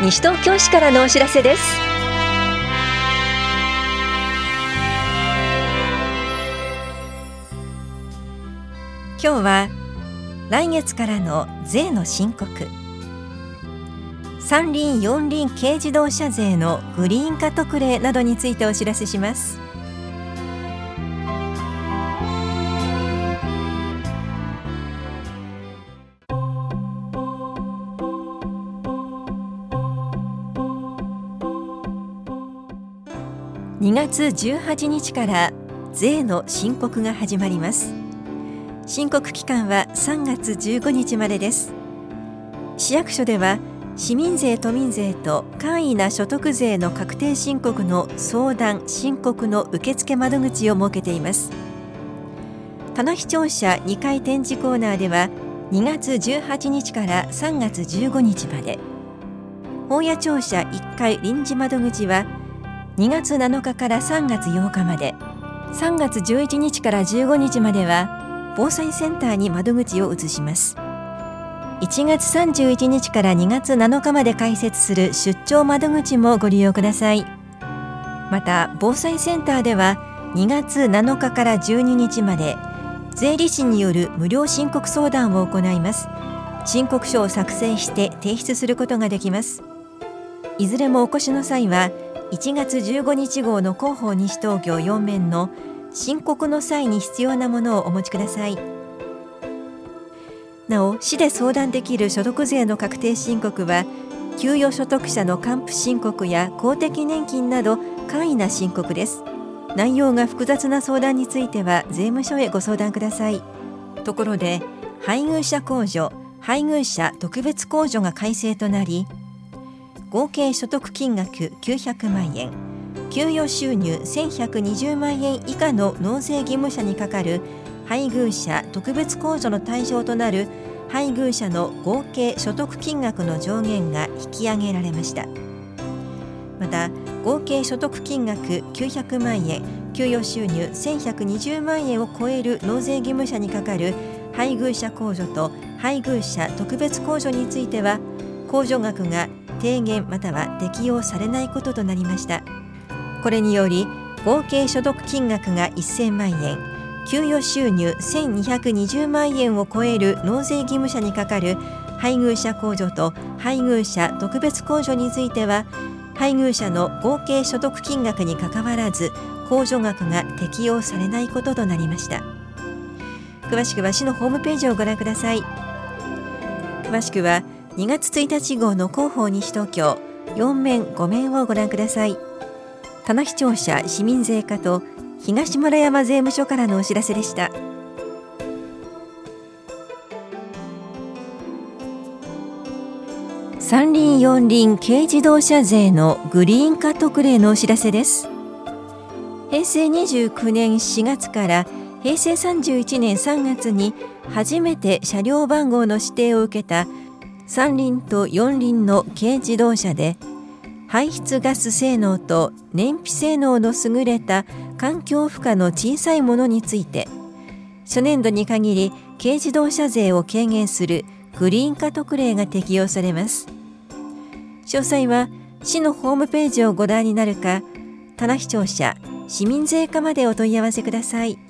西東京市からのお知らせです。今日は来月からの税の申告、三輪四輪軽自動車税のグリーン化特例などについてお知らせします。2月18日から税の申告が始まります。申告期間は3月15日までです。市役所では市民税・都民税と簡易な所得税の確定申告の相談・申告の受付窓口を設けています。棚視聴者2階展示コーナーでは2月18日から3月15日まで、本屋庁舎1階臨時窓口は2月7日から3月8日まで、3月11日から15日までは防災センターに窓口を移します。1月31日から2月7日まで開設する出張窓口もご利用ください。また防災センターでは2月7日から12日まで税理士による無料申告相談を行います。申告書を作成して提出することができます。いずれもお越しの際は1月15日号の広報西東京4面の申告の際に必要なものをお持ちください。なお、市で相談できる所得税の確定申告は給与所得者の還付申告や公的年金など簡易な申告です。内容が複雑な相談については税務署へご相談ください。ところで配偶者控除、配偶者特別控除が改正となり、合計所得金額900万円、給与収入1120万円以下の納税義務者にかかる配偶者特別控除の対象となる配偶者の合計所得金額の上限が引き上げられました。また合計所得金額900万円、給与収入1120万円を超える納税義務者にかかる配偶者控除と配偶者特別控除については控除額が低減または適用されないこととなりました。これにより合計所得金額が1000万円、給与収入1220万円を超える納税義務者にかかる配偶者控除と配偶者特別控除については配偶者の合計所得金額にかかわらず控除額が適用されないこととなりました。詳しくは市のホームページをご覧ください。詳しくは2月1日号の広報西東京4面5面をご覧ください。棚視聴者市民税課と東村山税務署からのお知らせでした。三輪四輪軽自動車税のグリーン化特例のお知らせです。平成29年4月から平成31年3月に初めて車両番号の指定を受けた三輪と四輪の軽自動車で排出ガス性能と燃費性能の優れた環境負荷の小さいものについて初年度に限り軽自動車税を軽減するグリーン化特例が適用されます。詳細は市のホームページをご覧になるか棚視聴者市民税課までお問い合わせください。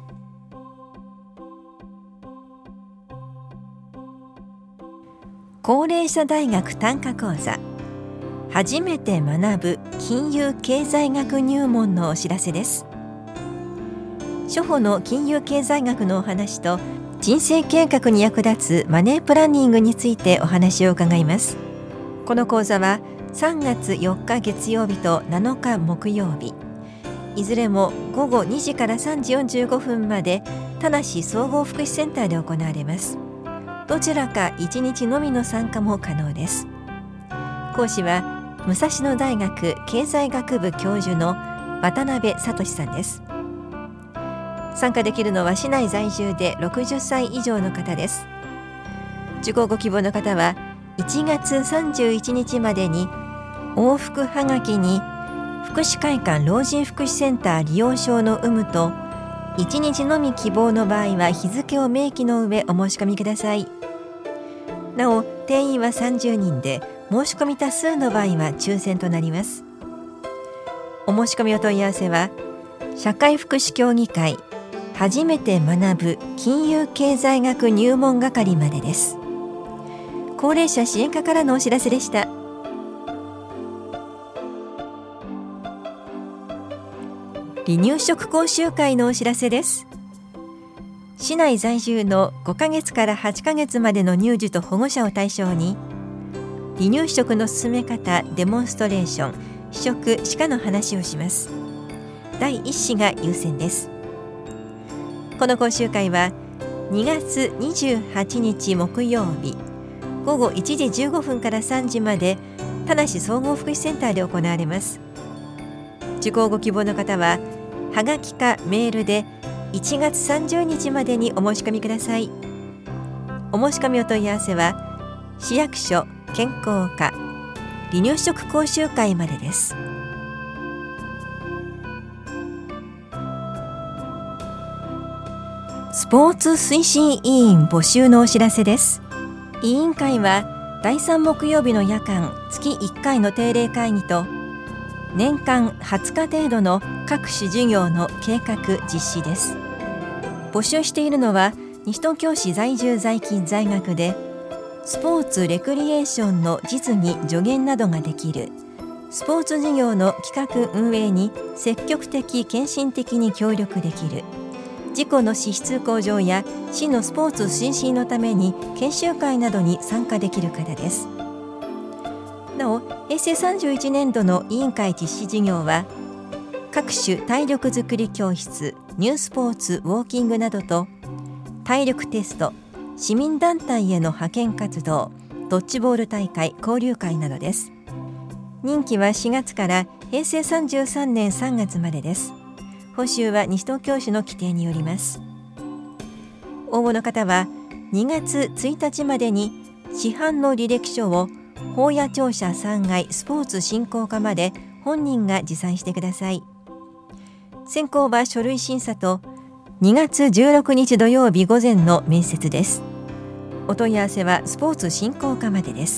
高齢者大学単価講座初めて学ぶ金融経済学入門のお知らせです。初歩の金融経済学のお話と人生計画に役立つマネープランニングについてお話を伺います。この講座は3月4日月曜日と7日木曜日、いずれも午後2時から3時45分まで田無総合福祉センターで行われます。どちらか1日のみの参加も可能です。講師は武蔵野大学経済学部教授の渡辺聡さんです。参加できるのは市内在住で60歳以上の方です。受講ご希望の方は1月31日までに往復はがきに福祉会館老人福祉センター利用証の有無と1日のみ希望の場合は日付を明記の上お申し込みください。なお定員は30人で申し込み多数の場合は抽選となります。お申し込みお問い合わせは社会福祉協議会初めて学ぶ金融経済学入門係までです。高齢者支援課からのお知らせでした。離乳食講習会のお知らせです。市内在住の5ヶ月から8ヶ月までの乳児と保護者を対象に離乳食の進め方デモンストレーション試食歯科の話をします。第1子が優先です。この講習会は2月28日木曜日午後1時15分から3時まで田梨総合福祉センターで行われます。受講ご希望の方ははがきかメールで1月30日までにお申し込みください。お申し込みお問い合わせは市役所健康課離乳食講習会までです。スポーツ推進委員募集のお知らせです。委員会は第3木曜日の夜間月1回の定例会議と年間20日程度の各種授業の計画実施です。募集しているのは西東京市在住在勤在学でスポーツレクリエーションの実技助言などができるスポーツ事業の企画運営に積極的献身的に協力できる自己の資質向上や市のスポーツ推進のために研修会などに参加できる方です。なお平成31年度の委員会実施事業は各種体力づくり教室ニュースポーツウォーキングなどと体力テスト市民団体への派遣活動ドッジボール大会交流会などです。任期は4月から平成33年3月までです。報酬は西東京市の規定によります。応募の方は2月1日までに市販の履歴書を宝谷庁舎3階スポーツ振興課まで本人が持参してください。選考は書類審査と2月16日土曜日午前の面接です。お問い合わせはスポーツ振興課までです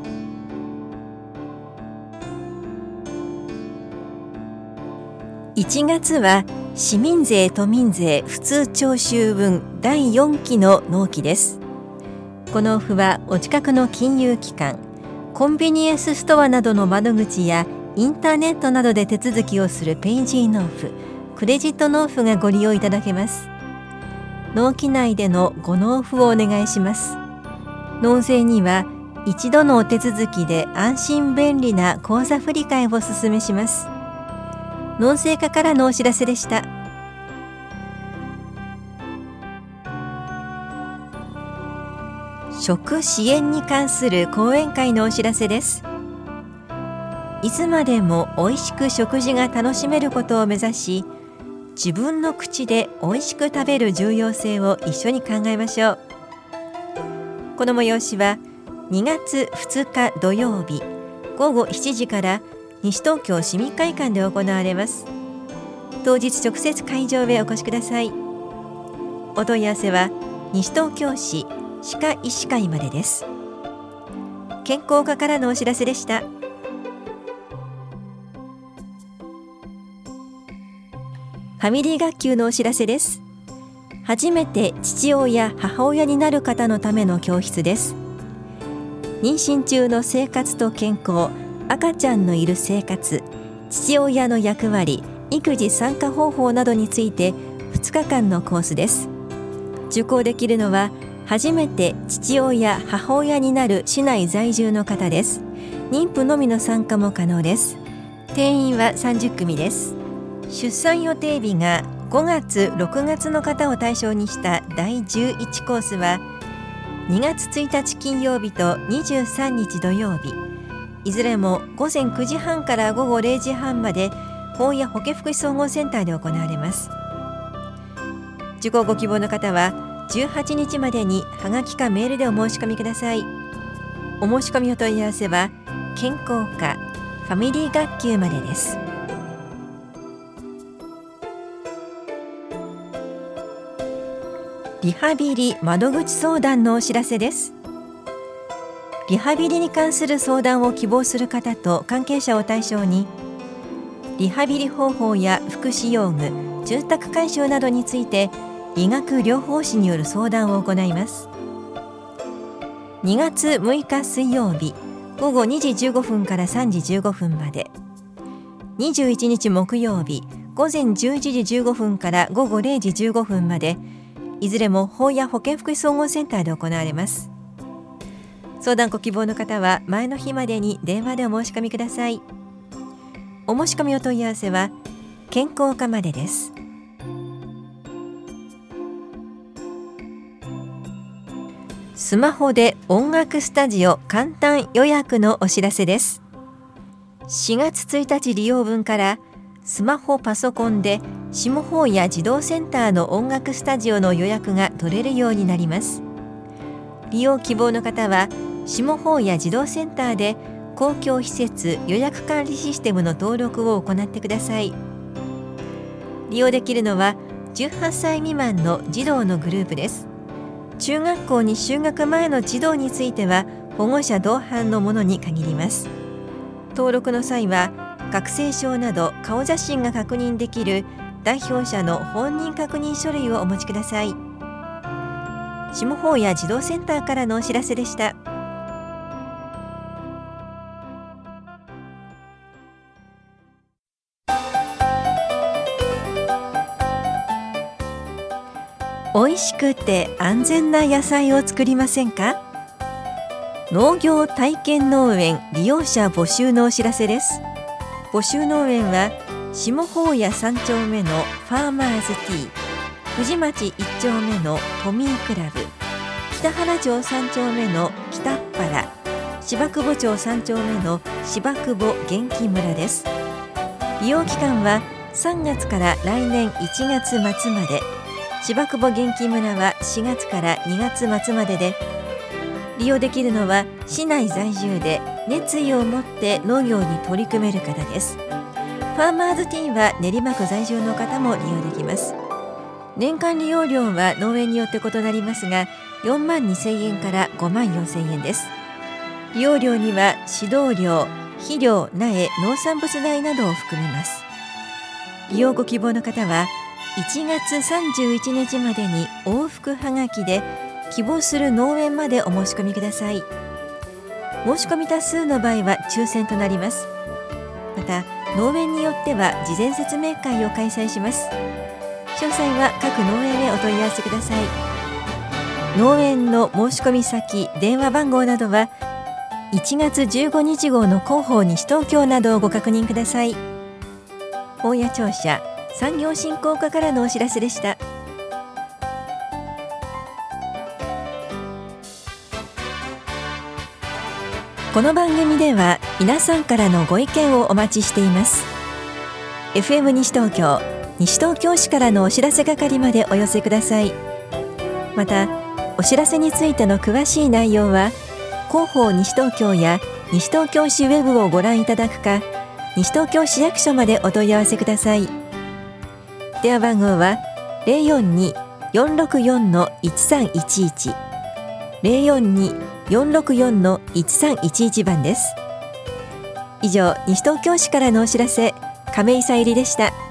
。1月は市民税都民税普通徴収分第4期の納期です。この付はお近くの金融機関コンビニエンスストアなどの窓口やインターネットなどで手続きをするペイジー納付、クレジット納付がご利用いただけます。納期内でのご納付をお願いします。納税には一度のお手続きで安心便利な口座振替をお勧めします。納税課からのお知らせでした。食支援に関する講演会のお知らせです。いつまでも美味しく食事が楽しめることを目指し、自分の口で美味しく食べる重要性を一緒に考えましょう。この催しは2月2日土曜日午後7時から西東京市民会館で行われます。当日直接会場へお越しください。お問い合わせは西東京市歯科医師会までです。健康課からのお知らせでした。ファミリー学級のお知らせです。初めて父親・母親になる方のための教室です。妊娠中の生活と健康、赤ちゃんのいる生活、父親の役割、育児参加方法などについて2日間のコースです。受講できるのは初めて父親・母親になる市内在住の方です。妊婦のみの参加も可能です。定員は30組です。出産予定日が5月6月の方を対象にした第11コースは2月1日金曜日と23日土曜日、いずれも午前9時半から午後0時半まで宝谷保健福祉総合センターで行われます。受講ご希望の方は18日までにはがきかメールでお申し込みください。お申し込みお問い合わせは健康課ファミリー学級までです。リハビリ窓口相談のお知らせです。 リハビリに関する相談を希望する方と関係者を対象に、リハビリ方法や福祉用具、住宅改修などについて理学療法士による相談を行います。2月6日水曜日午後2時15分から3時15分まで、21日木曜日午前11時15分から午後0時15分まで、いずれも法や保健福祉総合センターで行われます。相談ご希望の方は前の日までに電話でお申し込みください。お申し込みお問い合わせは健康課までです。スマホで音楽スタジオ簡単予約のお知らせです。4月1日利用分からスマホパソコンで下法や児童センターの音楽スタジオの予約が取れるようになります。利用希望の方は下法や児童センターで公共施設予約管理システムの登録を行ってください。利用できるのは18歳未満の児童のグループです。中学校に就学前の児童については保護者同伴のものに限ります。登録の際は学生証など顔写真が確認できる代表者の本人確認書類をお持ちください。下法や児童センターからのお知らせでした。美味しくて安全な野菜を作りませんか？農業体験農園利用者募集のお知らせです。募集農園は下法屋3丁目のファーマーズティー、富士町1丁目のトミークラブ、北原町3丁目の北っ原、芝久保町3丁目の芝久保元気村です。利用期間は3月から来年1月末まで、芝久保元気村は4月から2月末までで、利用できるのは市内在住で熱意を持って農業に取り組める方です。ファーマーズティーは練馬区在住の方も利用できます。年間利用料は農園によって異なりますが、4万2000円から5万4000円です。利用料には指導料、肥料、苗、農産物代などを含みます。利用ご希望の方は1月31日までに往復はがきで希望する農園までお申し込みください。申し込み多数の場合は抽選となります。また農園によっては事前説明会を開催します。詳細は各農園へお問い合わせください。農園の申し込み先、電話番号などは1月15日号の広報西東京などをご確認ください。法屋庁舎産業振興課からのお知らせでした。この番組では皆さんからのご意見をお待ちしています。 FM 西東京、西東京市からのお知らせ係までお寄せください。またお知らせについての詳しい内容は広報西東京や西東京市ウェブをご覧いただくか、西東京市役所までお問い合わせください。電話番号は 042-464-1311 042-464-1311 番です。以上、西東京市からのお知らせ、亀井さゆりでした。